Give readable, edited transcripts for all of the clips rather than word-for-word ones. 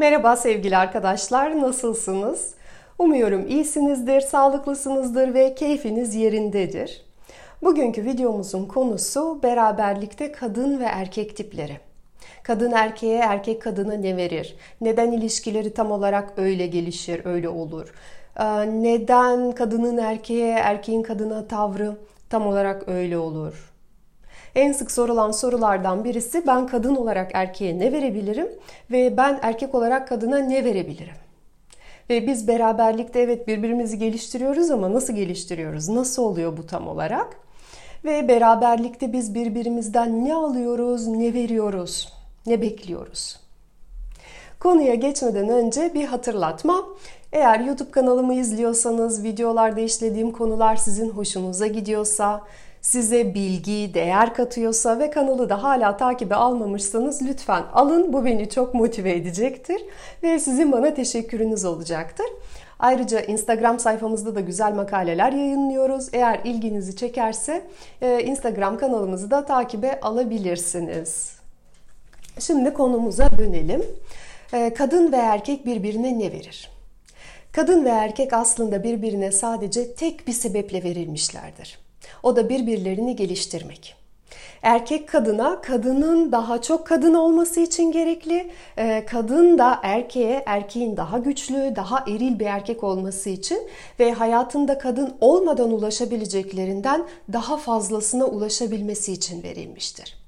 Merhaba sevgili arkadaşlar, nasılsınız? Umuyorum iyisinizdir, sağlıklısınızdır ve keyfiniz yerindedir. Bugünkü videomuzun konusu beraberlikte kadın ve erkek tipleri. Kadın erkeğe, erkek kadına ne verir? Neden ilişkileri tam olarak öyle gelişir, öyle olur? Neden kadının erkeğe, erkeğin kadına tavrı tam olarak öyle olur? En sık sorulan sorulardan birisi ben kadın olarak erkeğe ne verebilirim ve ben erkek olarak kadına ne verebilirim? Ve biz beraberlikte evet birbirimizi geliştiriyoruz ama nasıl geliştiriyoruz? Nasıl oluyor bu tam olarak? Ve beraberlikte biz birbirimizden ne alıyoruz, ne veriyoruz, ne bekliyoruz? Konuya geçmeden önce bir hatırlatma. Eğer YouTube kanalımı izliyorsanız, videolarda işlediğim konular sizin hoşunuza gidiyorsa, size bilgi, değer katıyorsa ve kanalı da hala takibe almamışsanız lütfen alın. Bu beni çok motive edecektir ve sizin bana teşekkürünüz olacaktır. Ayrıca Instagram sayfamızda da güzel makaleler yayınlıyoruz. Eğer ilginizi çekerse Instagram kanalımızı da takibe alabilirsiniz. Şimdi konumuza dönelim. Kadın ve erkek birbirine ne verir? Kadın ve erkek aslında birbirine sadece tek bir sebeple verilmişlerdir. O da birbirlerini geliştirmek. Erkek kadına, kadının daha çok kadın olması için gerekli. Kadın da erkeğe, erkeğin daha güçlü, daha eril bir erkek olması için ve hayatında kadın olmadan ulaşabileceklerinden daha fazlasına ulaşabilmesi için verilmiştir.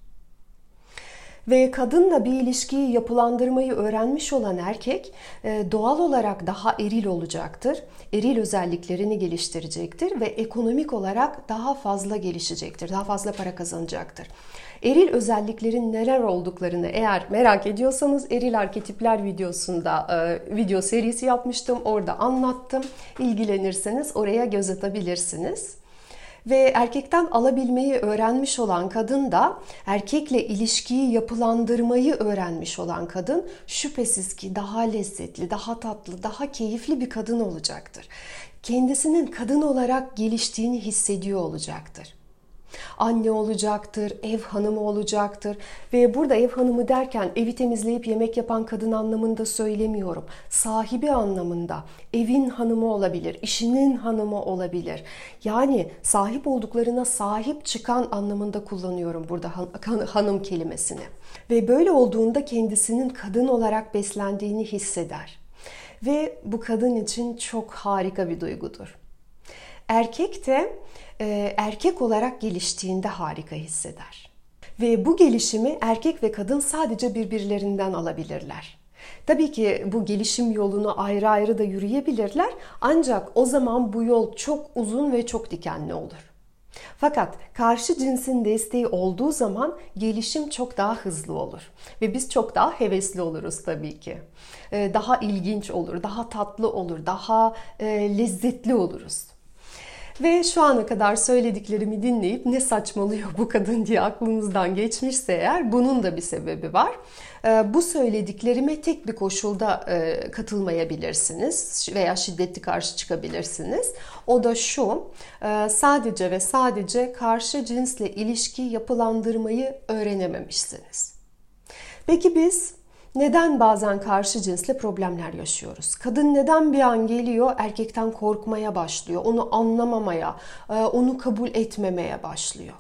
Ve kadınla bir ilişkiyi yapılandırmayı öğrenmiş olan erkek doğal olarak daha eril olacaktır. Eril özelliklerini geliştirecektir ve ekonomik olarak daha fazla gelişecektir. Daha fazla para kazanacaktır. Eril özelliklerin neler olduklarını eğer merak ediyorsanız eril arketipler videosunda video serisi yapmıştım. Orada anlattım. İlgilenirseniz oraya göz atabilirsiniz. Ve erkekten alabilmeyi öğrenmiş olan kadın da erkekle ilişkiyi yapılandırmayı öğrenmiş olan kadın şüphesiz ki daha lezzetli, daha tatlı, daha keyifli bir kadın olacaktır. Kendisinin kadın olarak geliştiğini hissediyor olacaktır. Anne olacaktır, ev hanımı olacaktır ve burada ev hanımı derken evi temizleyip yemek yapan kadın anlamında söylemiyorum. Sahibi anlamında evin hanımı olabilir, işinin hanımı olabilir. Yani sahip olduklarına sahip çıkan anlamında kullanıyorum burada hanım kelimesini. Ve böyle olduğunda kendisinin kadın olarak beslendiğini hisseder. Ve bu kadın için çok harika bir duygudur. Erkek de erkek olarak geliştiğinde harika hisseder. Ve bu gelişimi erkek ve kadın sadece birbirlerinden alabilirler. Tabii ki bu gelişim yolunu ayrı ayrı da yürüyebilirler ancak o zaman bu yol çok uzun ve çok dikenli olur. Fakat karşı cinsin desteği olduğu zaman gelişim çok daha hızlı olur. Ve biz çok daha hevesli oluruz tabii ki. Daha ilginç olur, daha tatlı olur, daha lezzetli oluruz. Ve şu ana kadar söylediklerimi dinleyip ne saçmalıyor bu kadın diye aklınızdan geçmişse eğer bunun da bir sebebi var. Bu söylediklerime tek bir koşulda katılmayabilirsiniz veya şiddetli karşı çıkabilirsiniz. O da şu, sadece ve sadece karşı cinsle ilişki yapılandırmayı öğrenememişsiniz. Peki biz neden bazen karşı cinsle problemler yaşıyoruz? Kadın neden bir an geliyor, erkekten korkmaya başlıyor, onu anlamamaya, onu kabul etmemeye başlıyor?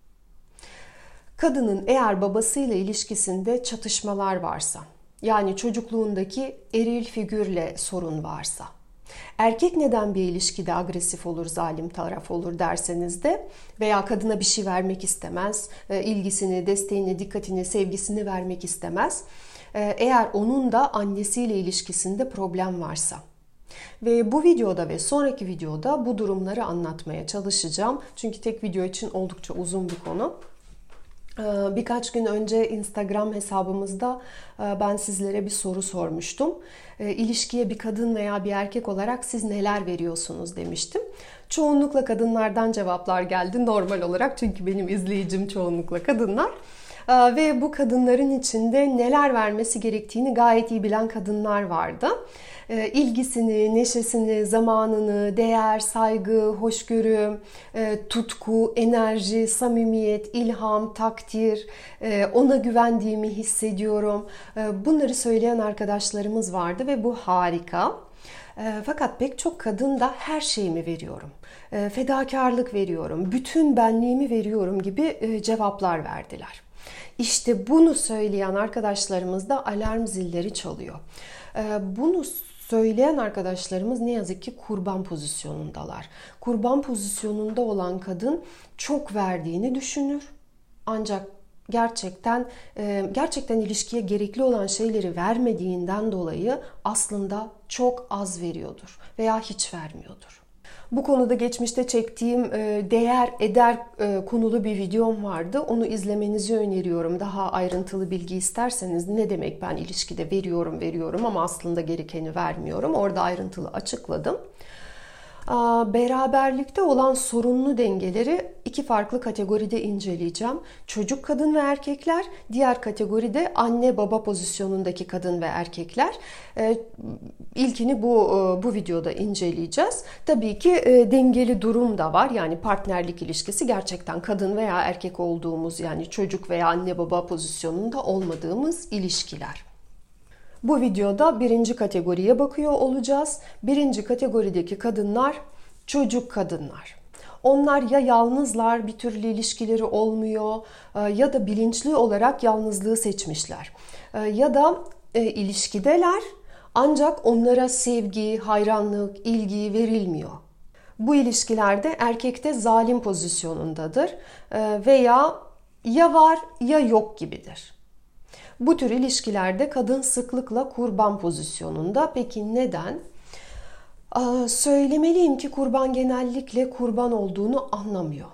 Kadının eğer babasıyla ilişkisinde çatışmalar varsa, yani çocukluğundaki eril figürle sorun varsa, erkek neden bir ilişkide agresif olur, zalim taraf olur derseniz de veya kadına bir şey vermek istemez, ilgisini, desteğini, dikkatini, sevgisini vermek istemez. Eğer onun da annesiyle ilişkisinde problem varsa. Ve bu videoda ve sonraki videoda bu durumları anlatmaya çalışacağım. Çünkü tek video için oldukça uzun bir konu. Birkaç gün önce Instagram hesabımızda ben sizlere bir soru sormuştum. İlişkiye bir kadın veya bir erkek olarak siz neler veriyorsunuz demiştim. Çoğunlukla kadınlardan cevaplar geldi normal olarak çünkü benim izleyicim çoğunlukla kadınlar. Ve bu kadınların içinde neler vermesi gerektiğini gayet iyi bilen kadınlar vardı. İlgisini, neşesini, zamanını, değer, saygı, hoşgörü, tutku, enerji, samimiyet, ilham, takdir, ona güvendiğimi hissediyorum. Bunları söyleyen arkadaşlarımız vardı ve bu harika. Fakat pek çok kadın da her şeyimi veriyorum, fedakarlık veriyorum, bütün benliğimi veriyorum gibi cevaplar verdiler. İşte bunu söyleyen arkadaşlarımız da alarm zilleri çalıyor. Bunu söyleyen arkadaşlarımız ne yazık ki kurban pozisyonundalar. Kurban pozisyonunda olan kadın çok verdiğini düşünür. Ancak gerçekten ilişkiye gerekli olan şeyleri vermediğinden dolayı aslında çok az veriyordur veya hiç vermiyordur. Bu konuda geçmişte çektiğim değer eder konulu bir videom vardı. Onu izlemenizi öneriyorum. Daha ayrıntılı bilgi isterseniz ne demek ben ilişkide veriyorum ama aslında gerekeni vermiyorum. Orada ayrıntılı açıkladım. Beraberlikte olan sorunlu dengeleri iki farklı kategoride inceleyeceğim. Çocuk kadın ve erkekler, diğer kategoride anne baba pozisyonundaki kadın ve erkekler. İlkini bu videoda inceleyeceğiz. Tabii ki dengeli durum da var. Yani partnerlik ilişkisi gerçekten kadın veya erkek olduğumuz, yani çocuk veya anne baba pozisyonunda olmadığımız ilişkiler. Bu videoda birinci kategoriye bakıyor olacağız. Birinci kategorideki kadınlar çocuk kadınlar. Onlar ya yalnızlar, bir türlü ilişkileri olmuyor ya da bilinçli olarak yalnızlığı seçmişler. Ya da ilişkideler ancak onlara sevgi, hayranlık, ilgi verilmiyor. Bu ilişkilerde erkek de zalim pozisyonundadır veya ya var ya yok gibidir. Bu tür ilişkilerde kadın sıklıkla kurban pozisyonunda. Peki neden? Söylemeliyim ki kurban genellikle kurban olduğunu anlamıyor.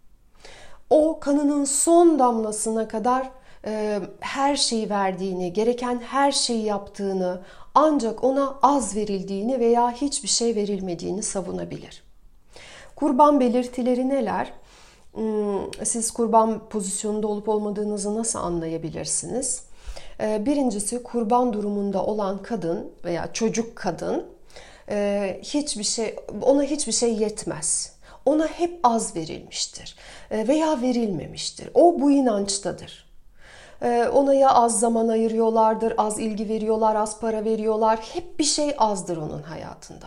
O kanının son damlasına kadar her şeyi verdiğini, gereken her şeyi yaptığını, ancak ona az verildiğini veya hiçbir şey verilmediğini savunabilir. Kurban belirtileri neler? Siz kurban pozisyonunda olup olmadığınızı nasıl anlayabilirsiniz? Birincisi, kurban durumunda olan kadın veya çocuk kadın ona hiçbir şey yetmez. Ona hep az verilmiştir veya verilmemiştir. O bu inançtadır. Ona ya az zaman ayırıyorlardır, az ilgi veriyorlar, az para veriyorlar. Hep bir şey azdır onun hayatında.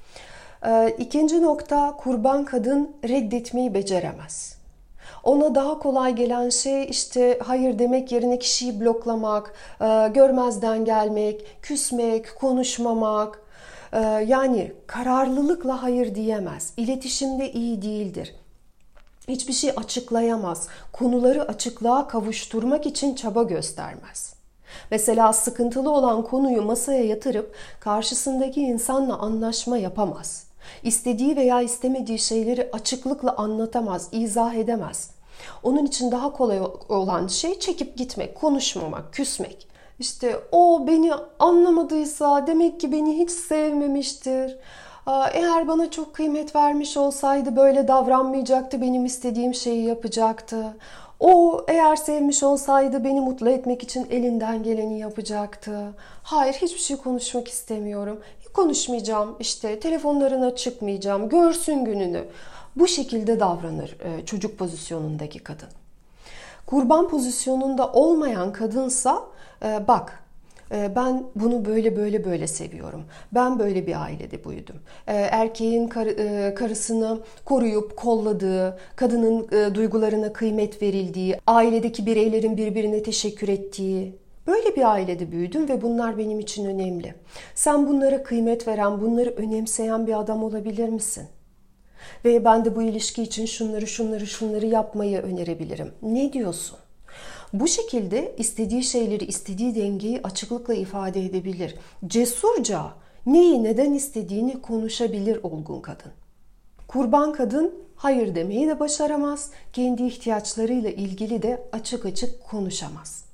İkinci nokta, kurban kadın reddetmeyi beceremez. Ona daha kolay gelen şey işte hayır demek yerine kişiyi bloklamak, görmezden gelmek, küsmek, konuşmamak. Yani kararlılıkla hayır diyemez. İletişimde iyi değildir. Hiçbir şey açıklayamaz. Konuları açıklığa kavuşturmak için çaba göstermez. Mesela sıkıntılı olan konuyu masaya yatırıp karşısındaki insanla anlaşma yapamaz. İstediği veya istemediği şeyleri açıklıkla anlatamaz, izah edemez. Onun için daha kolay olan şey çekip gitmek, konuşmamak, küsmek. İşte o beni anlamadıysa demek ki beni hiç sevmemiştir. Eğer bana çok kıymet vermiş olsaydı böyle davranmayacaktı, benim istediğim şeyi yapacaktı. O eğer sevmiş olsaydı beni mutlu etmek için elinden geleni yapacaktı. Hayır, hiçbir şey konuşmak istemiyorum. Konuşmayacağım, işte telefonlarına çıkmayacağım, görsün gününü. Bu şekilde davranır çocuk pozisyonundaki kadın. Kurban pozisyonunda olmayan kadınsa bak ben bunu böyle seviyorum. Ben böyle bir ailede büyüdüm. Erkeğin karısını koruyup kolladığı, kadının duygularına kıymet verildiği, ailedeki bireylerin birbirine teşekkür ettiği, böyle bir ailede büyüdüm ve bunlar benim için önemli. Sen bunlara kıymet veren, bunları önemseyen bir adam olabilir misin? Ve ben de bu ilişki için şunları yapmayı önerebilirim. Ne diyorsun? Bu şekilde istediği şeyleri, istediği dengeyi açıklıkla ifade edebilir. Cesurca neyi neden istediğini konuşabilir olgun kadın. Kurban kadın hayır demeyi de başaramaz, kendi ihtiyaçlarıyla ilgili de açık açık konuşamaz.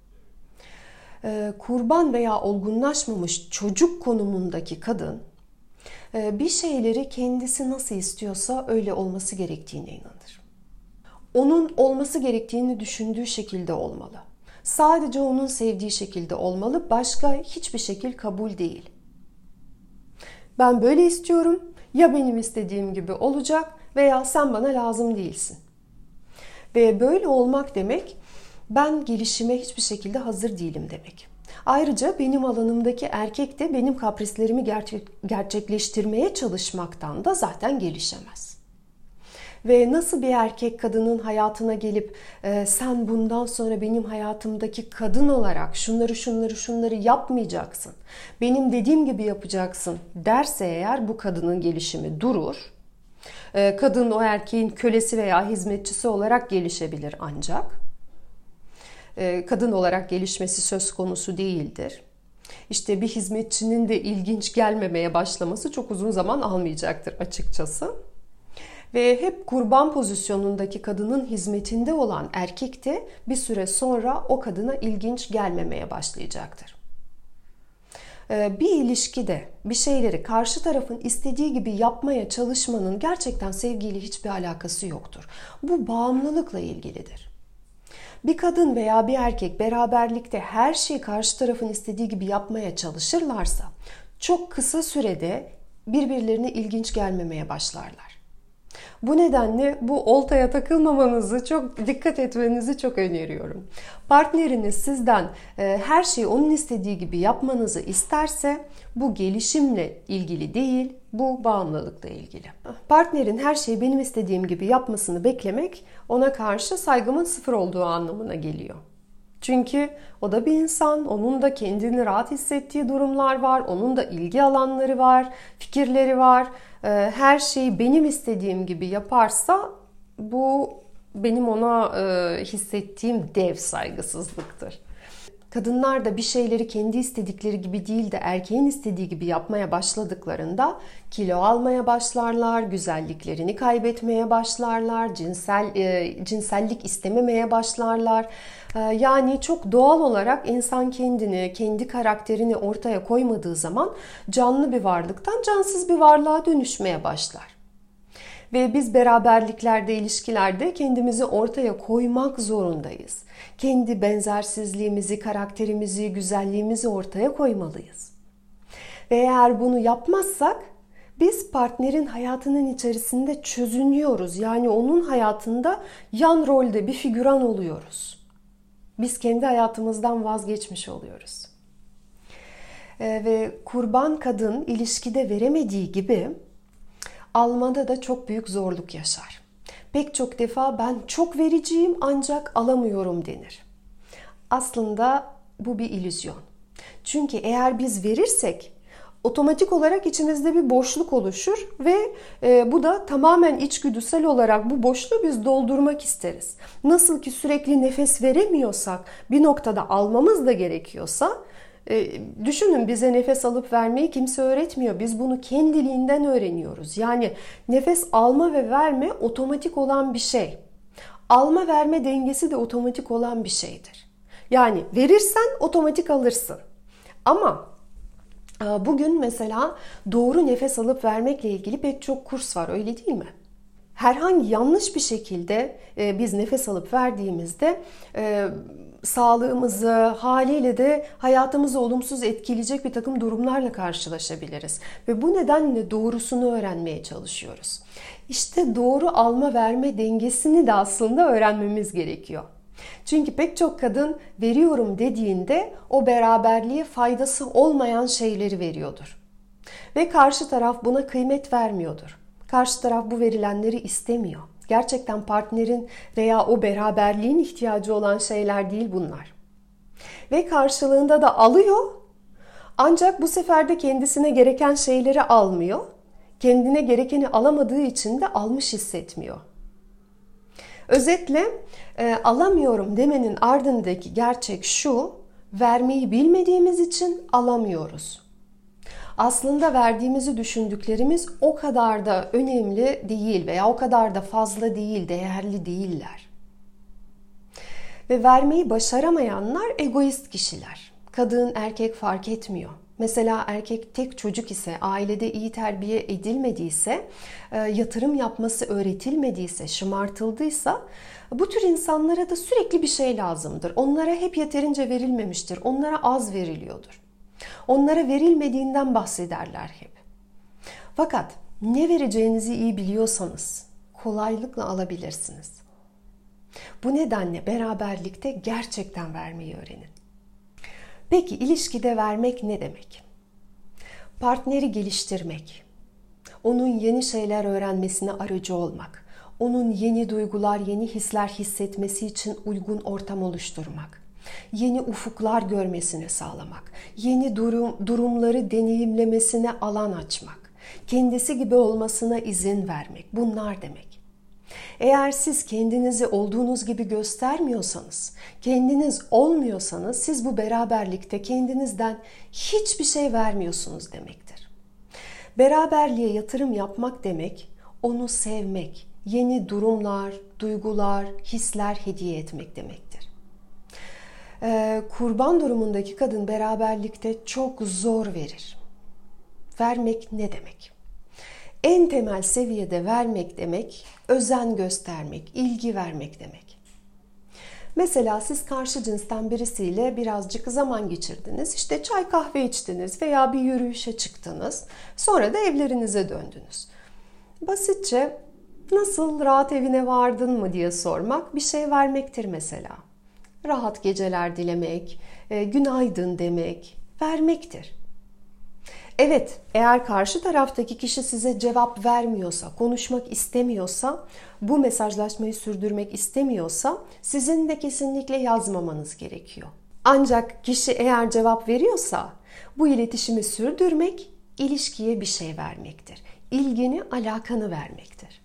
Kurban veya olgunlaşmamış çocuk konumundaki kadın bir şeyleri kendisi nasıl istiyorsa öyle olması gerektiğine inanır. onun olması gerektiğini düşündüğü şekilde olmalı. Sadece onun sevdiği şekilde olmalı. Başka hiçbir şekil kabul değil. Ben böyle istiyorum. Ya benim istediğim gibi olacak veya sen bana lazım değilsin. Ve böyle olmak demek, ben gelişime hiçbir şekilde hazır değilim demek. Ayrıca benim alanımdaki erkek de benim kaprislerimi gerçekleştirmeye çalışmaktan da zaten gelişemez. Ve nasıl bir erkek kadının hayatına gelip sen bundan sonra benim hayatımdaki kadın olarak şunları yapmayacaksın, benim dediğim gibi yapacaksın derse eğer, bu kadının gelişimi durur. Kadın o erkeğin kölesi veya hizmetçisi olarak gelişebilir ancak. Kadın olarak gelişmesi söz konusu değildir. İşte bir hizmetçinin de ilginç gelmemeye başlaması çok uzun zaman almayacaktır açıkçası. Ve hep kurban pozisyonundaki kadının hizmetinde olan erkek de bir süre sonra o kadına ilginç gelmemeye başlayacaktır. Bir ilişkide bir şeyleri karşı tarafın istediği gibi yapmaya çalışmanın gerçekten sevgiyle hiçbir alakası yoktur. Bu bağımlılıkla ilgilidir. Bir kadın veya bir erkek beraberlikte her şeyi karşı tarafın istediği gibi yapmaya çalışırlarsa çok kısa sürede birbirlerine ilginç gelmemeye başlarlar. Bu nedenle bu oltaya takılmamanızı, çok dikkat etmenizi çok öneriyorum. Partneriniz sizden her şeyi onun istediği gibi yapmanızı isterse bu gelişimle ilgili değil, bu bağımlılıkla ilgili. Partnerin her şeyi benim istediğim gibi yapmasını beklemek ona karşı saygımın sıfır olduğu anlamına geliyor. Çünkü o da bir insan, onun da kendini rahat hissettiği durumlar var, onun da ilgi alanları var, fikirleri var. Her şeyi benim istediğim gibi yaparsa bu benim ona hissettiğim dev saygısızlıktır. Kadınlar da bir şeyleri kendi istedikleri gibi değil de erkeğin istediği gibi yapmaya başladıklarında kilo almaya başlarlar, güzelliklerini kaybetmeye başlarlar, cinsellik istememeye başlarlar. Yani çok doğal olarak insan kendini, kendi karakterini ortaya koymadığı zaman canlı bir varlıktan cansız bir varlığa dönüşmeye başlar. Ve biz beraberliklerde, ilişkilerde kendimizi ortaya koymak zorundayız. Kendi benzersizliğimizi, karakterimizi, güzelliğimizi ortaya koymalıyız. Ve eğer bunu yapmazsak biz partnerin hayatının içerisinde çözünüyoruz. Yani onun hayatında yan rolde bir figüran oluyoruz. Biz kendi hayatımızdan vazgeçmiş oluyoruz. Ve kurban kadın ilişkide veremediği gibi almada da çok büyük zorluk yaşar. Pek çok defa ben çok vericiyim ancak alamıyorum denir. Aslında bu bir illüzyon. Çünkü eğer biz verirsek otomatik olarak içimizde bir boşluk oluşur ve bu da tamamen içgüdüsel olarak bu boşluğu biz doldurmak isteriz. Nasıl ki sürekli nefes veremiyorsak bir noktada almamız da gerekiyorsa, düşünün, bize nefes alıp vermeyi kimse öğretmiyor. Biz bunu kendiliğinden öğreniyoruz. Yani nefes alma ve verme otomatik olan bir şey. Alma verme dengesi de otomatik olan bir şeydir. Yani verirsen otomatik alırsın. Ama bugün mesela doğru nefes alıp vermekle ilgili pek çok kurs var, öyle değil mi? Herhangi yanlış bir şekilde biz nefes alıp verdiğimizde sağlığımızı, haliyle de hayatımızı olumsuz etkileyecek bir takım durumlarla karşılaşabiliriz. Ve bu nedenle doğrusunu öğrenmeye çalışıyoruz. İşte doğru alma verme dengesini de aslında öğrenmemiz gerekiyor. Çünkü pek çok kadın veriyorum dediğinde o beraberliğe faydası olmayan şeyleri veriyordur. Ve karşı taraf buna kıymet vermiyordur. Karşı taraf bu verilenleri istemiyor. Gerçekten partnerin veya o beraberliğin ihtiyacı olan şeyler değil bunlar. Ve karşılığında da alıyor, ancak bu sefer de kendisine gereken şeyleri almıyor. Kendine gerekeni alamadığı için de almış hissetmiyor. Özetle alamıyorum demenin ardındaki gerçek şu: vermeyi bilmediğimiz için alamıyoruz. Aslında verdiğimizi düşündüklerimiz o kadar da önemli değil veya o kadar da fazla değil, değerli değiller. Ve vermeyi başaramayanlar egoist kişiler. Kadın, erkek fark etmiyor. Mesela erkek tek çocuk ise, ailede iyi terbiye edilmediyse, yatırım yapması öğretilmediyse, şımartıldıysa bu tür insanlara da sürekli bir şey lazımdır. Onlara hep yeterince verilmemiştir. Onlara az veriliyordur. Onlara verilmediğinden bahsederler hep. Fakat ne vereceğinizi iyi biliyorsanız kolaylıkla alabilirsiniz. Bu nedenle beraberlikte gerçekten vermeyi öğrenin. Peki ilişkide vermek ne demek? Partneri geliştirmek, onun yeni şeyler öğrenmesine aracı olmak, onun yeni duygular, yeni hisler hissetmesi için uygun ortam oluşturmak, yeni ufuklar görmesini sağlamak, yeni durumları deneyimlemesine alan açmak, kendisi gibi olmasına izin vermek, bunlar demek. Eğer siz kendinizi olduğunuz gibi göstermiyorsanız, kendiniz olmuyorsanız siz bu beraberlikte kendinizden hiçbir şey vermiyorsunuz demektir. Beraberliğe yatırım yapmak demek, onu sevmek, yeni durumlar, duygular, hisler hediye etmek demektir. Kurban durumundaki kadın beraberlikte çok zor verir. Vermek ne demek? En temel seviyede vermek demek, özen göstermek, ilgi vermek demek. Mesela siz karşı cinsten birisiyle birazcık zaman geçirdiniz, işte çay kahve içtiniz veya bir yürüyüşe çıktınız, sonra da evlerinize döndünüz. Basitçe nasıl, rahat evine vardın mı diye sormak bir şey vermektir mesela. Rahat geceler dilemek, günaydın demek, vermektir. Evet, eğer karşı taraftaki kişi size cevap vermiyorsa, konuşmak istemiyorsa, bu mesajlaşmayı sürdürmek istemiyorsa sizin de kesinlikle yazmamanız gerekiyor. Ancak kişi eğer cevap veriyorsa bu iletişimi sürdürmek, ilişkiye bir şey vermektir. İlgini, alakanı vermektir.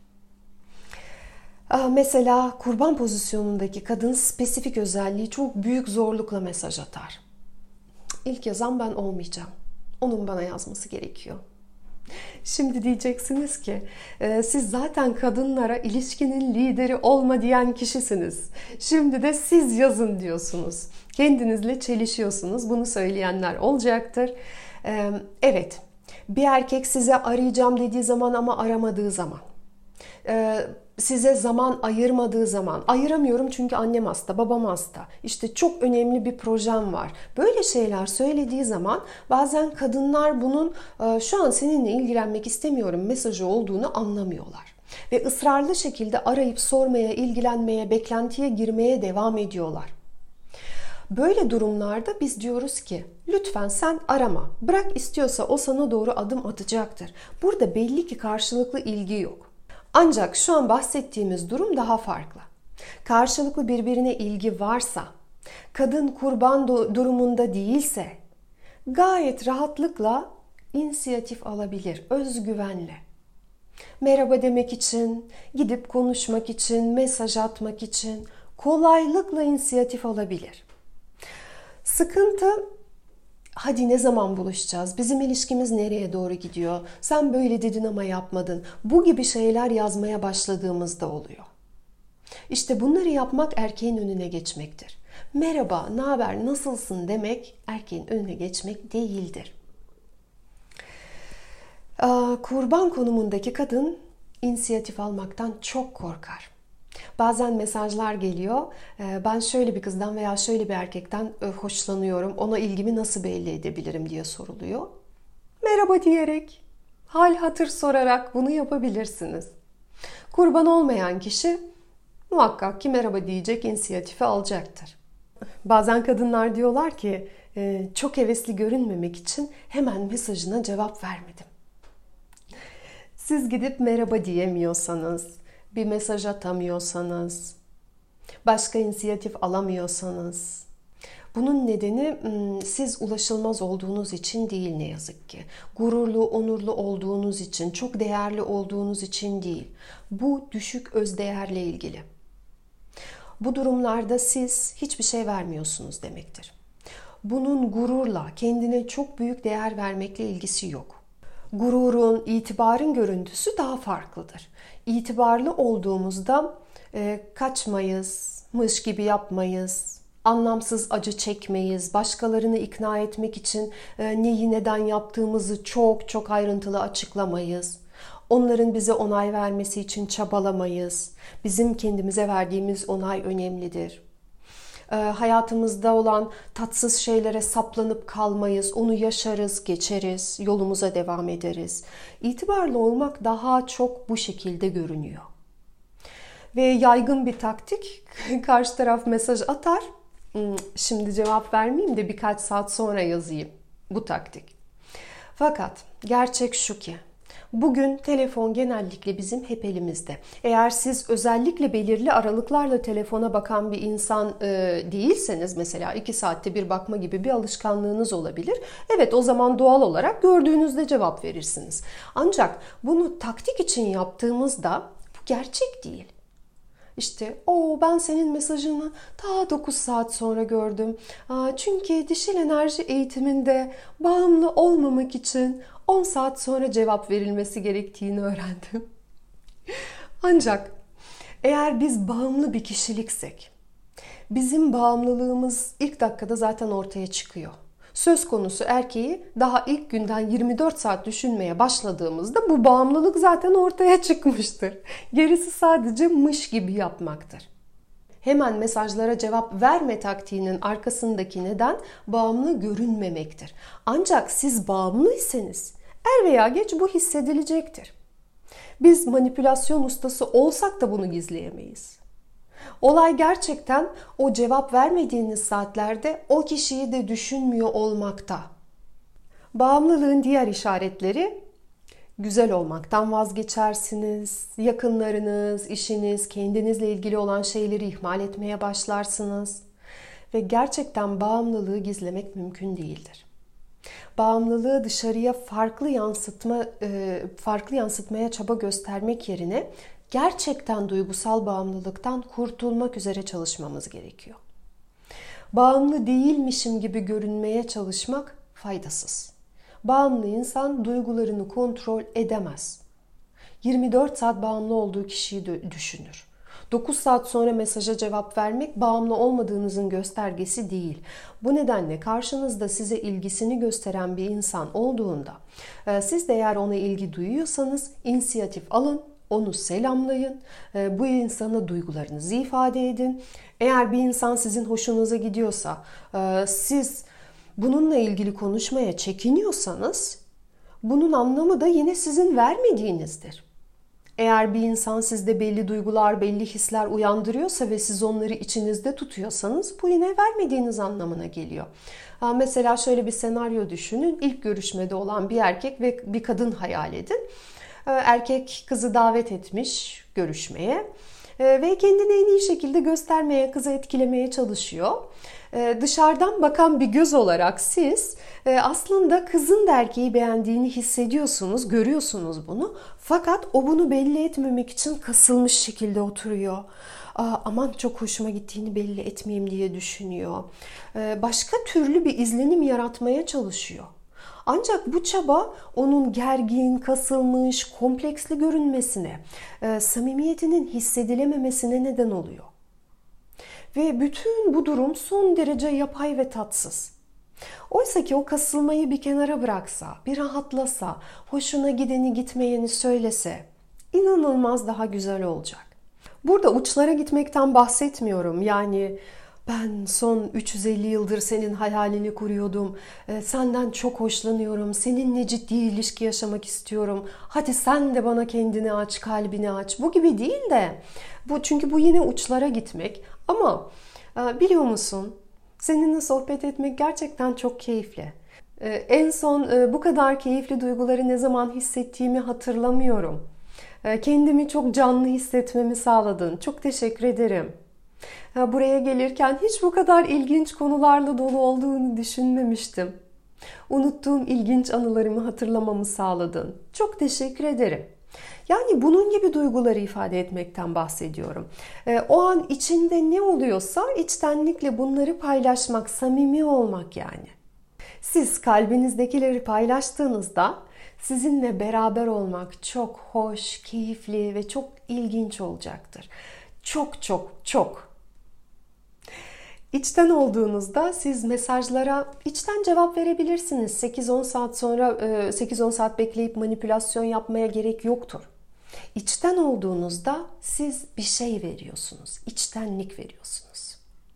Mesela kurban pozisyonundaki kadın spesifik özelliği çok büyük zorlukla mesaj atar. İlk yazan ben olmayacağım. Onun bana yazması gerekiyor. Şimdi diyeceksiniz ki siz zaten kadınlara ilişkinin lideri olma diyen kişisiniz. Şimdi de siz yazın diyorsunuz. Kendinizle çelişiyorsunuz. Bunu söyleyenler olacaktır. Evet, bir erkek size arayacağım dediği zaman ama aramadığı zaman, size zaman ayırmadığı zaman, ayıramıyorum çünkü annem hasta, babam hasta, işte çok önemli bir projem var, böyle şeyler söylediği zaman bazen kadınlar bunun şu an seninle ilgilenmek istemiyorum mesajı olduğunu anlamıyorlar. Ve ısrarlı şekilde arayıp sormaya, ilgilenmeye, beklentiye girmeye devam ediyorlar. Böyle durumlarda biz diyoruz ki lütfen sen arama, bırak, istiyorsa o sana doğru adım atacaktır. Burada belli ki karşılıklı ilgi yok. Ancak şu an bahsettiğimiz durum daha farklı. Karşılıklı birbirine ilgi varsa, kadın kurban durumunda değilse gayet rahatlıkla inisiyatif alabilir, özgüvenle. Merhaba demek için, gidip konuşmak için, mesaj atmak için kolaylıkla inisiyatif alabilir. Sıkıntı, hadi ne zaman buluşacağız? Bizim ilişkimiz nereye doğru gidiyor? Sen böyle dedin ama yapmadın. Bu gibi şeyler yazmaya başladığımızda oluyor. İşte bunları yapmak erkeğin önüne geçmektir. Merhaba, ne haber, nasılsın demek erkeğin önüne geçmek değildir. Kurban konumundaki kadın inisiyatif almaktan çok korkar. Bazen mesajlar geliyor. Ben şöyle bir kızdan veya şöyle bir erkekten hoşlanıyorum. Ona ilgimi nasıl belli edebilirim diye soruluyor. Merhaba diyerek, hal hatır sorarak bunu yapabilirsiniz. Kurban olmayan kişi muhakkak ki merhaba diyecek, inisiyatifi alacaktır. Bazen kadınlar diyorlar ki çok hevesli görünmemek için hemen mesajına cevap vermedim. Siz gidip merhaba diyemiyorsanız, bir mesaj atamıyorsanız, başka inisiyatif alamıyorsanız, bunun nedeni siz ulaşılmaz olduğunuz için değil ne yazık ki. Gururlu, onurlu olduğunuz için, çok değerli olduğunuz için değil. Bu düşük özdeğerle ilgili. Bu durumlarda siz hiçbir şey vermiyorsunuz demektir. Bunun gururla, kendine çok büyük değer vermekle ilgisi yok. Gururun, itibarın görüntüsü daha farklıdır. İtibarlı olduğumuzda kaçmayız, mış gibi yapmayız, Anlamsız acı çekmeyiz. Başkalarını ikna etmek için neyi neden yaptığımızı çok çok ayrıntılı açıklamayız. Onların bize onay vermesi için çabalamayız. Bizim kendimize verdiğimiz onay önemlidir. Hayatımızda olan tatsız şeylere saplanıp kalmayız. Onu yaşarız, geçeriz, yolumuza devam ederiz. İtibarlı olmak daha çok bu şekilde görünüyor. Ve yaygın bir taktik, karşı taraf mesaj atar. Şimdi cevap vermeyeyim de birkaç saat sonra yazayım. Bu taktik. Fakat gerçek şu ki, bugün telefon genellikle bizim hep elimizde. Eğer siz özellikle belirli aralıklarla telefona bakan bir insan değilseniz, mesela 2 saatte bir bakma gibi bir alışkanlığınız olabilir. Evet, o zaman doğal olarak gördüğünüzde cevap verirsiniz. Ancak bunu taktik için yaptığımızda bu gerçek değil. İşte ben senin mesajını daha 9 saat sonra gördüm. Çünkü dişil enerji eğitiminde bağımlı olmamak için 10 saat sonra cevap verilmesi gerektiğini öğrendim. Ancak eğer biz bağımlı bir kişiliksek, bizim bağımlılığımız ilk dakikada zaten ortaya çıkıyor. Söz konusu erkeği daha ilk günden 24 saat düşünmeye başladığımızda bu bağımlılık zaten ortaya çıkmıştır. Gerisi sadece mış gibi yapmaktır. Hemen mesajlara cevap verme taktiğinin arkasındaki neden bağımlı görünmemektir. Ancak siz bağımlıysanız er veya geç bu hissedilecektir. Biz manipülasyon ustası olsak da bunu gizleyemeyiz. Olay gerçekten o cevap vermediğiniz saatlerde o kişiyi de düşünmüyor olmakta. Bağımlılığın diğer işaretleri: güzel olmaktan vazgeçersiniz, yakınlarınız, işiniz, kendinizle ilgili olan şeyleri ihmal etmeye başlarsınız ve gerçekten bağımlılığı gizlemek mümkün değildir. Bağımlılığı dışarıya farklı yansıtmaya çaba göstermek yerine gerçekten duygusal bağımlılıktan kurtulmak üzere çalışmamız gerekiyor. Bağımlı değilmişim gibi görünmeye çalışmak faydasız. Bağımlı insan duygularını kontrol edemez. 24 saat bağımlı olduğu kişiyi düşünür. 9 saat sonra mesaja cevap vermek bağımlı olmadığınızın göstergesi değil. Bu nedenle karşınızda size ilgisini gösteren bir insan olduğunda, siz de eğer ona ilgi duyuyorsanız inisiyatif alın, onu selamlayın, bu insana duygularınızı ifade edin. Eğer bir insan sizin hoşunuza gidiyorsa, siz bununla ilgili konuşmaya çekiniyorsanız, bunun anlamı da yine sizin vermediğinizdir. Eğer bir insan sizde belli duygular, belli hisler uyandırıyorsa ve siz onları içinizde tutuyorsanız, bu yine vermediğiniz anlamına geliyor. Mesela şöyle bir senaryo düşünün. İlk görüşmede olan bir erkek ve bir kadın hayal edin. Erkek kızı davet etmiş görüşmeye ve kendini en iyi şekilde göstermeye, kızı etkilemeye çalışıyor. Dışarıdan bakan bir göz olarak siz aslında kızın da erkeği beğendiğini hissediyorsunuz, görüyorsunuz bunu. Fakat o bunu belli etmemek için kasılmış şekilde oturuyor. Aman çok hoşuma gittiğini belli etmeyeyim diye düşünüyor. Başka türlü bir izlenim yaratmaya çalışıyor. Ancak bu çaba onun gergin, kasılmış, kompleksli görünmesine, samimiyetinin hissedilememesine neden oluyor. Ve bütün bu durum son derece yapay ve tatsız. Oysa ki o kasılmayı bir kenara bıraksa, bir rahatlasa, hoşuna gideni gitmeyeni söylese, inanılmaz daha güzel olacak. Burada uçlara gitmekten bahsetmiyorum. Yani ben son 350 yıldır senin hayalini kuruyordum. Senden çok hoşlanıyorum. Seninle ciddi ilişki yaşamak istiyorum. Hadi sen de bana kendini aç, kalbini aç. Bu gibi değil de, çünkü bu yine uçlara gitmek. Ama biliyor musun? Seninle sohbet etmek gerçekten çok keyifli. En son bu kadar keyifli duyguları ne zaman hissettiğimi hatırlamıyorum. Kendimi çok canlı hissetmemi sağladın. Çok teşekkür ederim. Buraya gelirken hiç bu kadar ilginç konularla dolu olduğunu düşünmemiştim. Unuttuğum ilginç anılarımı hatırlamamı sağladın. Çok teşekkür ederim. Yani bunun gibi duyguları ifade etmekten bahsediyorum. O an içinde ne oluyorsa içtenlikle bunları paylaşmak, samimi olmak yani. Siz kalbinizdekileri paylaştığınızda sizinle beraber olmak çok hoş, keyifli ve çok ilginç olacaktır. Çok çok çok. İçten olduğunuzda siz mesajlara içten cevap verebilirsiniz. 8-10 saat sonra 8-10 saat bekleyip manipülasyon yapmaya gerek yoktur. İçten olduğunuzda siz bir şey veriyorsunuz. İçtenlik veriyorsunuz.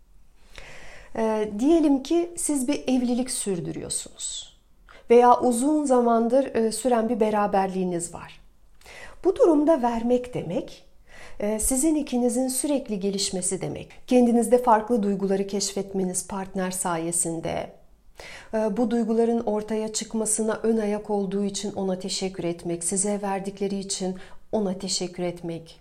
Diyelim ki siz bir evlilik sürdürüyorsunuz. Veya uzun zamandır süren bir beraberliğiniz var. Bu durumda vermek demek, sizin ikinizin sürekli gelişmesi demek. Kendinizde farklı duyguları keşfetmeniz partner sayesinde, bu duyguların ortaya çıkmasına ön ayak olduğu için ona teşekkür etmek, size verdikleri için ona teşekkür etmek.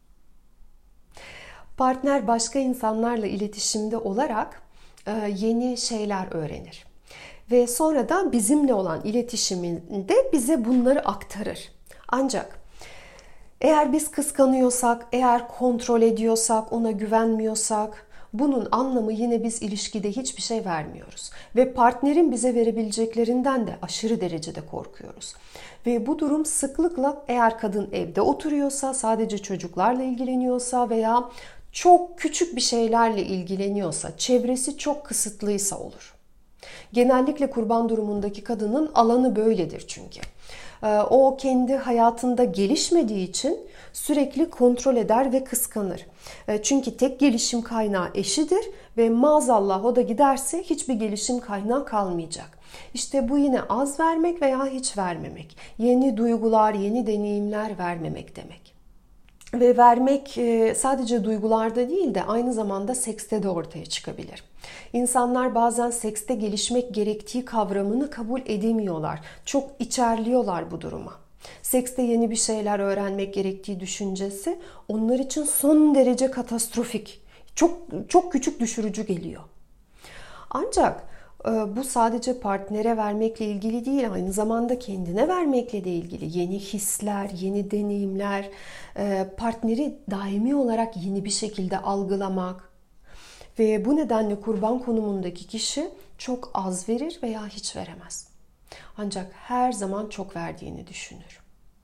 Partner başka insanlarla iletişimde olarak yeni şeyler öğrenir. Ve sonra da bizimle olan iletişiminde bize bunları aktarır. Ancak eğer biz kıskanıyorsak, eğer kontrol ediyorsak, ona güvenmiyorsak, bunun anlamı yine biz ilişkide hiçbir şey vermiyoruz. Ve partnerin bize verebileceklerinden de aşırı derecede korkuyoruz. Ve bu durum sıklıkla eğer kadın evde oturuyorsa, sadece çocuklarla ilgileniyorsa veya çok küçük bir şeylerle ilgileniyorsa, çevresi çok kısıtlıysa olur. Genellikle kurban durumundaki kadının alanı böyledir çünkü. O kendi hayatında gelişmediği için sürekli kontrol eder ve kıskanır. Çünkü tek gelişim kaynağı eşidir ve maazallah o da giderse hiçbir gelişim kaynağı kalmayacak. İşte bu yine az vermek veya hiç vermemek. Yeni duygular, yeni deneyimler vermemek demek. Ve vermek sadece duygularda değil de aynı zamanda sekste de ortaya çıkabilir. İnsanlar bazen sekste gelişmek gerektiği kavramını kabul edemiyorlar. Çok içerliyorlar bu duruma. Sekste yeni bir şeyler öğrenmek gerektiği düşüncesi onlar için son derece katastrofik. Çok küçük düşürücü geliyor. Ancak bu sadece partnere vermekle ilgili değil, aynı zamanda kendine vermekle de ilgili. Yeni hisler, yeni deneyimler, partneri daimi olarak yeni bir şekilde algılamak. Ve bu nedenle kurban konumundaki kişi çok az verir veya hiç veremez. Ancak her zaman çok verdiğini düşünür.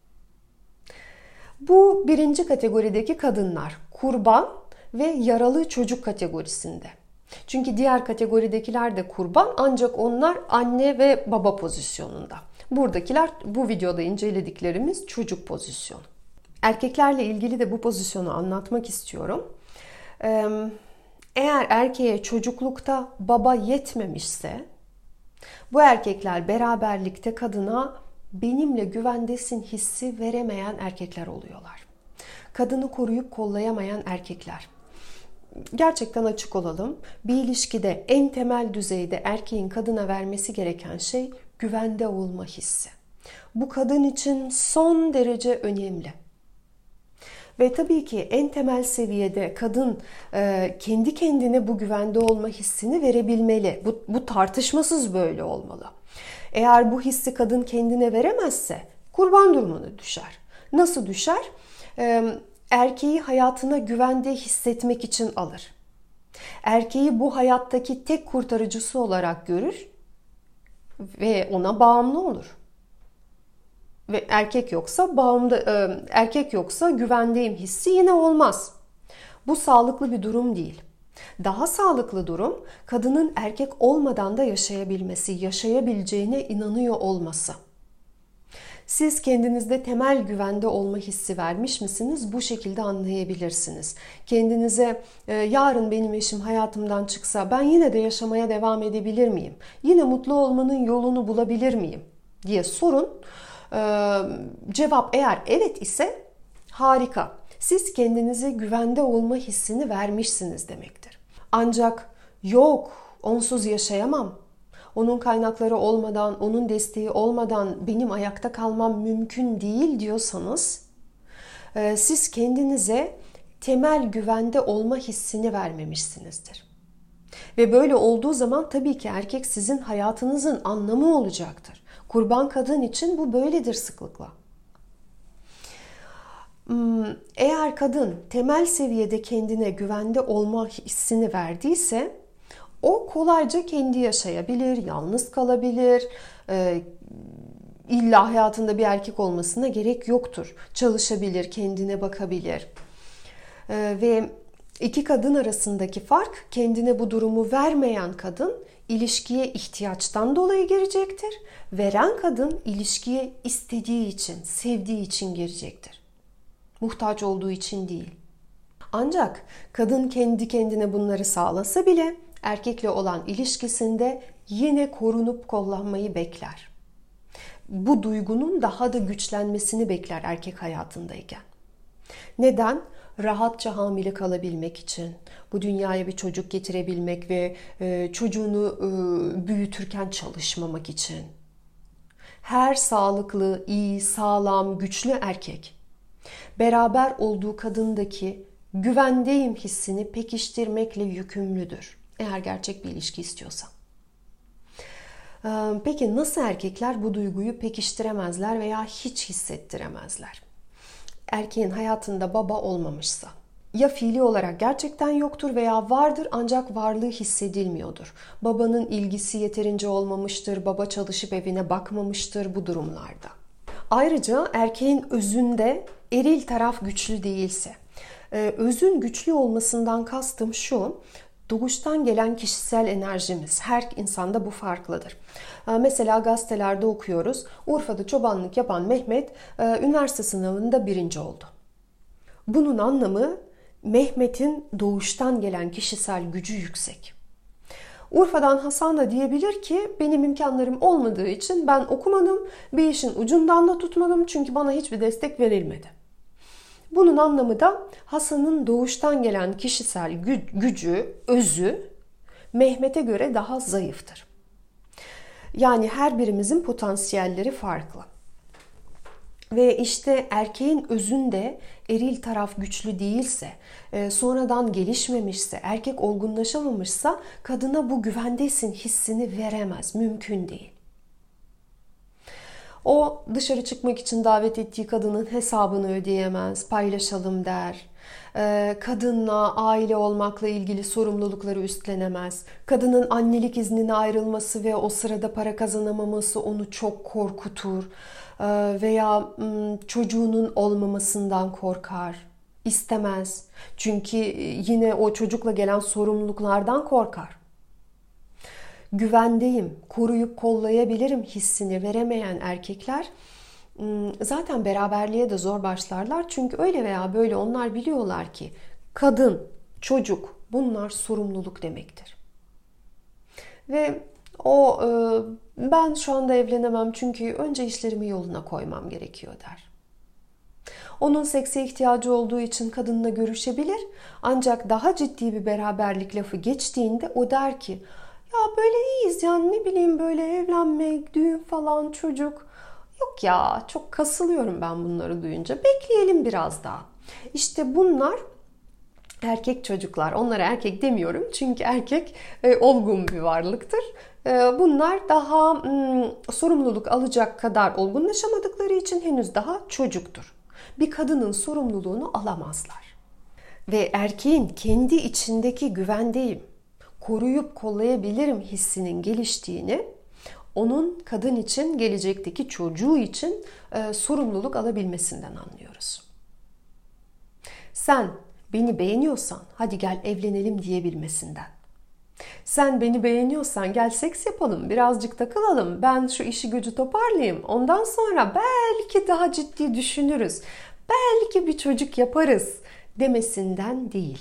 Bu birinci kategorideki kadınlar, kurban ve yaralı çocuk kategorisinde. Çünkü diğer kategoridekiler de kurban ancak onlar anne ve baba pozisyonunda. Buradakiler bu videoda incelediklerimiz çocuk pozisyonu. Erkeklerle ilgili de bu pozisyonu anlatmak istiyorum. Eğer erkeğe çocuklukta baba yetmemişse bu erkekler beraberlikte kadına benimle güvendesin hissi veremeyen erkekler oluyorlar. Kadını koruyup kollayamayan erkekler. Gerçekten açık olalım. Bir ilişkide en temel düzeyde erkeğin kadına vermesi gereken şey güvende olma hissi. Bu kadın için son derece önemli. Ve tabii ki en temel seviyede kadın kendi kendine bu güvende olma hissini verebilmeli. Bu tartışmasız böyle olmalı. Eğer bu hissi kadın kendine veremezse kurban durumuna düşer. Nasıl düşer? Erkeği hayatına güvende hissetmek için alır. Erkeği bu hayattaki tek kurtarıcısı olarak görür ve ona bağımlı olur. Ve erkek yoksa güvendeyim hissi yine olmaz. Bu sağlıklı bir durum değil. Daha sağlıklı durum kadının erkek olmadan da yaşayabilmesi, yaşayabileceğine inanıyor olması. Siz kendinizde temel güvende olma hissi vermiş misiniz? Bu şekilde anlayabilirsiniz. Kendinize yarın benim eşim hayatımdan çıksa ben yine de yaşamaya devam edebilir miyim? Yine mutlu olmanın yolunu bulabilir miyim? Diye sorun. Cevap eğer evet ise harika. Siz kendinize güvende olma hissini vermişsiniz demektir. Ancak yok, onsuz yaşayamam. Onun kaynakları olmadan, onun desteği olmadan benim ayakta kalmam mümkün değil diyorsanız siz kendinize temel güvende olma hissini vermemişsinizdir. Ve böyle olduğu zaman tabii ki erkek sizin hayatınızın anlamı olacaktır. Kurban kadın için bu böyledir sıklıkla. Eğer kadın temel seviyede kendine güvende olma hissini verdiyse o kolayca kendi yaşayabilir, yalnız kalabilir, illa hayatında bir erkek olmasına gerek yoktur. Çalışabilir, kendine bakabilir. Ve İki kadın arasındaki fark, kendine bu durumu vermeyen kadın ilişkiye ihtiyaçtan dolayı girecektir. Veren kadın ilişkiye istediği için, sevdiği için girecektir. Muhtaç olduğu için değil. Ancak kadın kendi kendine bunları sağlasa bile erkekle olan ilişkisinde yine korunup kollanmayı bekler. Bu duygunun daha da güçlenmesini bekler erkek hayatındayken. Neden? Rahatça hamile kalabilmek için, bu dünyaya bir çocuk getirebilmek ve çocuğunu büyütürken çalışmamak için. Her sağlıklı, iyi, sağlam, güçlü erkek beraber olduğu kadındaki güvendeyim hissini pekiştirmekle yükümlüdür. Eğer gerçek bir ilişki istiyorsa. Peki nasıl erkekler bu duyguyu pekiştiremezler veya hiç hissettiremezler? Erkeğin hayatında baba olmamışsa, ya fiili olarak gerçekten yoktur veya vardır ancak varlığı hissedilmiyordur. Babanın ilgisi yeterince olmamıştır, baba çalışıp evine bakmamıştır bu durumlarda. Ayrıca erkeğin özünde eril taraf güçlü değilse, özün güçlü olmasından kastım şu: doğuştan gelen kişisel enerjimiz. Her insanda bu farklıdır. Mesela gazetelerde okuyoruz. Urfa'da çobanlık yapan Mehmet üniversite sınavında birinci oldu. Bunun anlamı Mehmet'in doğuştan gelen kişisel gücü yüksek. Urfa'dan Hasan da diyebilir ki benim imkanlarım olmadığı için ben okumadım, bir işin ucundan da tutmadım çünkü bana hiçbir destek verilmedi. Bunun anlamı da Hasan'ın doğuştan gelen kişisel gücü, özü Mehmet'e göre daha zayıftır. Yani her birimizin potansiyelleri farklı. Ve işte erkeğin özünde eril taraf güçlü değilse, sonradan gelişmemişse, erkek olgunlaşamamışsa kadına bu güvendesin hissini veremez, mümkün değil. O dışarı çıkmak için davet ettiği kadının hesabını ödeyemez, paylaşalım der. Kadınla, aile olmakla ilgili sorumlulukları üstlenemez. Kadının annelik iznine ayrılması ve o sırada para kazanamaması onu çok korkutur. Veya çocuğunun olmamasından korkar, istemez. Çünkü yine o çocukla gelen sorumluluklardan korkar. Güvendeyim, koruyup kollayabilirim hissini veremeyen erkekler zaten beraberliğe de zor başlarlar. Çünkü öyle veya böyle onlar biliyorlar ki kadın, çocuk bunlar sorumluluk demektir. Ve o ben şu anda evlenemem çünkü önce işlerimi yoluna koymam gerekiyor der. Onun sekse ihtiyacı olduğu için kadınla görüşebilir. Ancak daha ciddi bir beraberlik lafı geçtiğinde o der ki ya böyle iyiyiz yani ne bileyim böyle evlenmek, düğün falan, çocuk. Yok ya çok kasılıyorum ben bunları duyunca. Bekleyelim biraz daha. İşte bunlar erkek çocuklar. Onlara erkek demiyorum çünkü erkek olgun bir varlıktır. Bunlar daha sorumluluk alacak kadar olgunlaşamadıkları için henüz daha çocuktur. Bir kadının sorumluluğunu alamazlar. Ve erkeğin kendi içindeki güvendeyim, koruyup kollayabilirim hissinin geliştiğini, onun kadın için, gelecekteki çocuğu için sorumluluk alabilmesinden anlıyoruz. Sen beni beğeniyorsan hadi gel evlenelim diyebilmesinden. Sen beni beğeniyorsan gel seks yapalım, birazcık takılalım, ben şu işi gücü toparlayayım, ondan sonra belki daha ciddi düşünürüz, belki bir çocuk yaparız demesinden değil.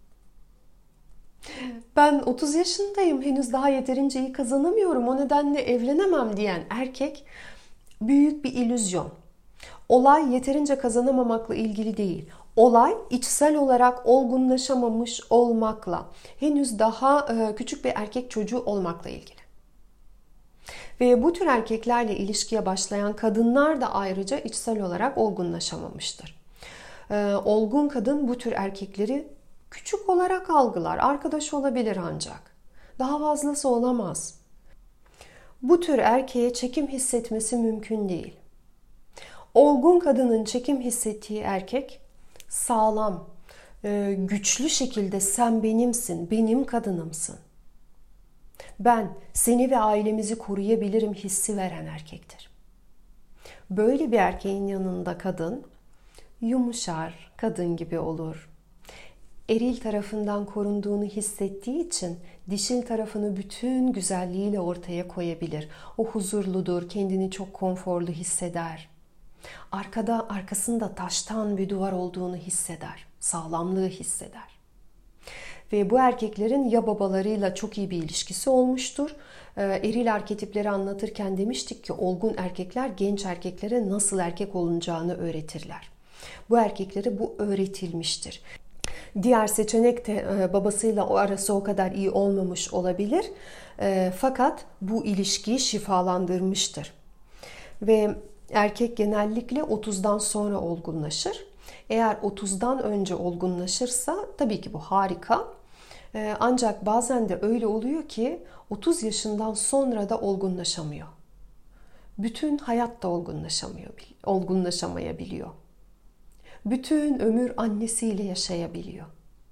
Ben 30 yaşındayım, henüz daha yeterince iyi kazanamıyorum, o nedenle evlenemem diyen erkek büyük bir illüzyon. Olay yeterince kazanamamakla ilgili değil. Olay içsel olarak olgunlaşamamış olmakla, henüz daha küçük bir erkek çocuğu olmakla ilgili. Ve bu tür erkeklerle ilişkiye başlayan kadınlar da ayrıca içsel olarak olgunlaşamamıştır. Olgun kadın bu tür erkekleri küçük olarak algılar, arkadaş olabilir ancak. Daha fazlası olamaz. Bu tür erkeğe çekim hissetmesi mümkün değil. Olgun kadının çekim hissettiği erkek sağlam, güçlü şekilde sen benimsin, benim kadınımsın. Ben seni ve ailemizi koruyabilirim hissi veren erkektir. Böyle bir erkeğin yanında kadın yumuşar, kadın gibi olur. eril tarafından korunduğunu hissettiği için dişil tarafını bütün güzelliğiyle ortaya koyabilir. O huzurludur, kendini çok konforlu hisseder. Arkasında taştan bir duvar olduğunu hisseder, sağlamlığı hisseder. Ve bu erkeklerin ya babalarıyla çok iyi bir ilişkisi olmuştur. Eril arketipleri anlatırken demiştik ki olgun erkekler genç erkeklere nasıl erkek olunacağını öğretirler. Bu erkeklere bu öğretilmiştir. Diğer seçenek de babasıyla o arası o kadar iyi olmamış olabilir. Fakat bu ilişkiyi şifalandırmıştır. Ve erkek genellikle 30'dan sonra olgunlaşır. Eğer 30'dan önce olgunlaşırsa tabii ki bu harika. Ancak bazen de öyle oluyor ki 30 yaşından sonra da olgunlaşamıyor. Bütün hayat da olgunlaşamayabiliyor. Bütün ömür annesiyle yaşayabiliyor.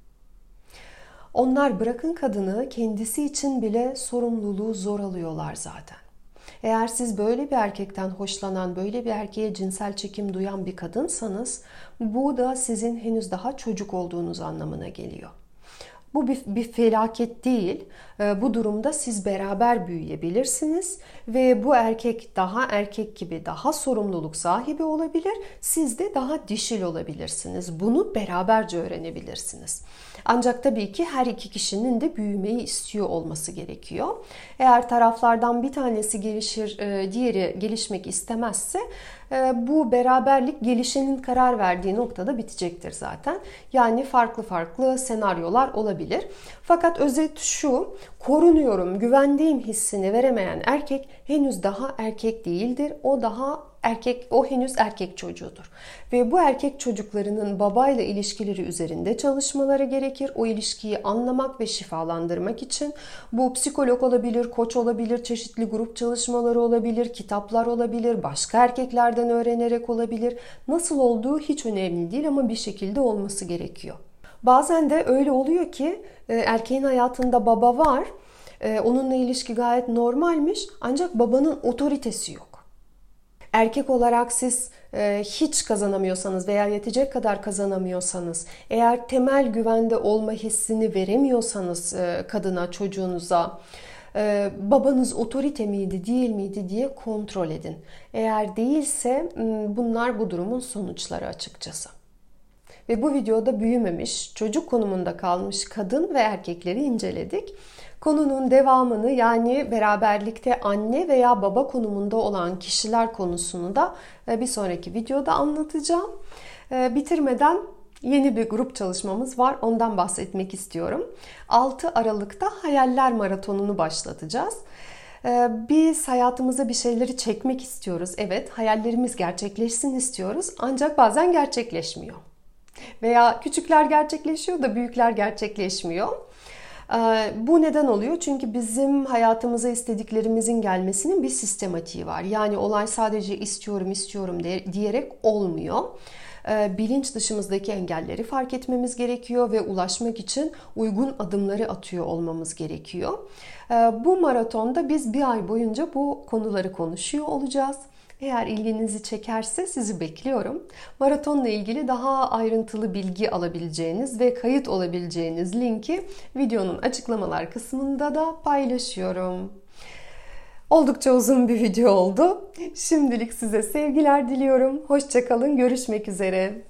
Onlar bırakın kadını kendisi için bile sorumluluğu zor alıyorlar zaten. Eğer siz böyle bir erkekten hoşlanan, böyle bir erkeğe cinsel çekim duyan bir kadınsanız bu da sizin henüz daha çocuk olduğunuz anlamına geliyor. Bu bir felaket değil. Bu durumda siz beraber büyüyebilirsiniz ve bu erkek daha erkek gibi daha sorumluluk sahibi olabilir. Siz de daha dişil olabilirsiniz. Bunu beraberce öğrenebilirsiniz. Ancak tabii ki her iki kişinin de büyümeyi istiyor olması gerekiyor. Eğer taraflardan bir tanesi gelişir, diğeri gelişmek istemezse bu beraberlik gelişenin karar verdiği noktada bitecektir zaten. Yani farklı senaryolar olabilir. Fakat özet şu, korunuyorum, güvendeyim hissini veremeyen erkek henüz daha erkek değildir. O henüz erkek çocuğudur. Ve bu erkek çocuklarının babayla ilişkileri üzerinde çalışmaları gerekir. O ilişkiyi anlamak ve şifalandırmak için bu psikolog olabilir, koç olabilir, çeşitli grup çalışmaları olabilir, kitaplar olabilir, başka erkeklerden öğrenerek olabilir. Nasıl olduğu hiç önemli değil ama bir şekilde olması gerekiyor. Bazen de öyle oluyor ki erkeğin hayatında baba var, onunla ilişki gayet normalmiş ancak babanın otoritesi yok. Erkek olarak siz hiç kazanamıyorsanız veya yetecek kadar kazanamıyorsanız, eğer temel güvende olma hissini veremiyorsanız kadına, çocuğunuza, babanız otorite miydi, değil miydi diye kontrol edin. Eğer değilse bunlar bu durumun sonuçları açıkçası. Ve bu videoda büyümemiş, çocuk konumunda kalmış kadın ve erkekleri inceledik. Konunun devamını, yani beraberlikte anne veya baba konumunda olan kişiler konusunu da bir sonraki videoda anlatacağım. Bitirmeden yeni bir grup çalışmamız var. Ondan bahsetmek istiyorum. 6 Aralık'ta Hayaller Maratonu'nu başlatacağız. Biz hayatımıza bir şeyleri çekmek istiyoruz. Evet, hayallerimiz gerçekleşsin istiyoruz. Ancak bazen gerçekleşmiyor. Veya küçükler gerçekleşiyor da büyükler gerçekleşmiyor. Bu neden oluyor? Çünkü bizim hayatımıza istediklerimizin gelmesinin bir sistematiği var. Yani olay sadece istiyorum diyerek olmuyor. Bilinç dışımızdaki engelleri fark etmemiz gerekiyor ve ulaşmak için uygun adımları atıyor olmamız gerekiyor. Bu maratonda biz bir ay boyunca bu konuları konuşuyor olacağız. Eğer ilginizi çekerse sizi bekliyorum. Maratonla ilgili daha ayrıntılı bilgi alabileceğiniz ve kayıt olabileceğiniz linki videonun açıklamalar kısmında da paylaşıyorum. Oldukça uzun bir video oldu. Şimdilik size sevgiler diliyorum. Hoşça kalın, görüşmek üzere.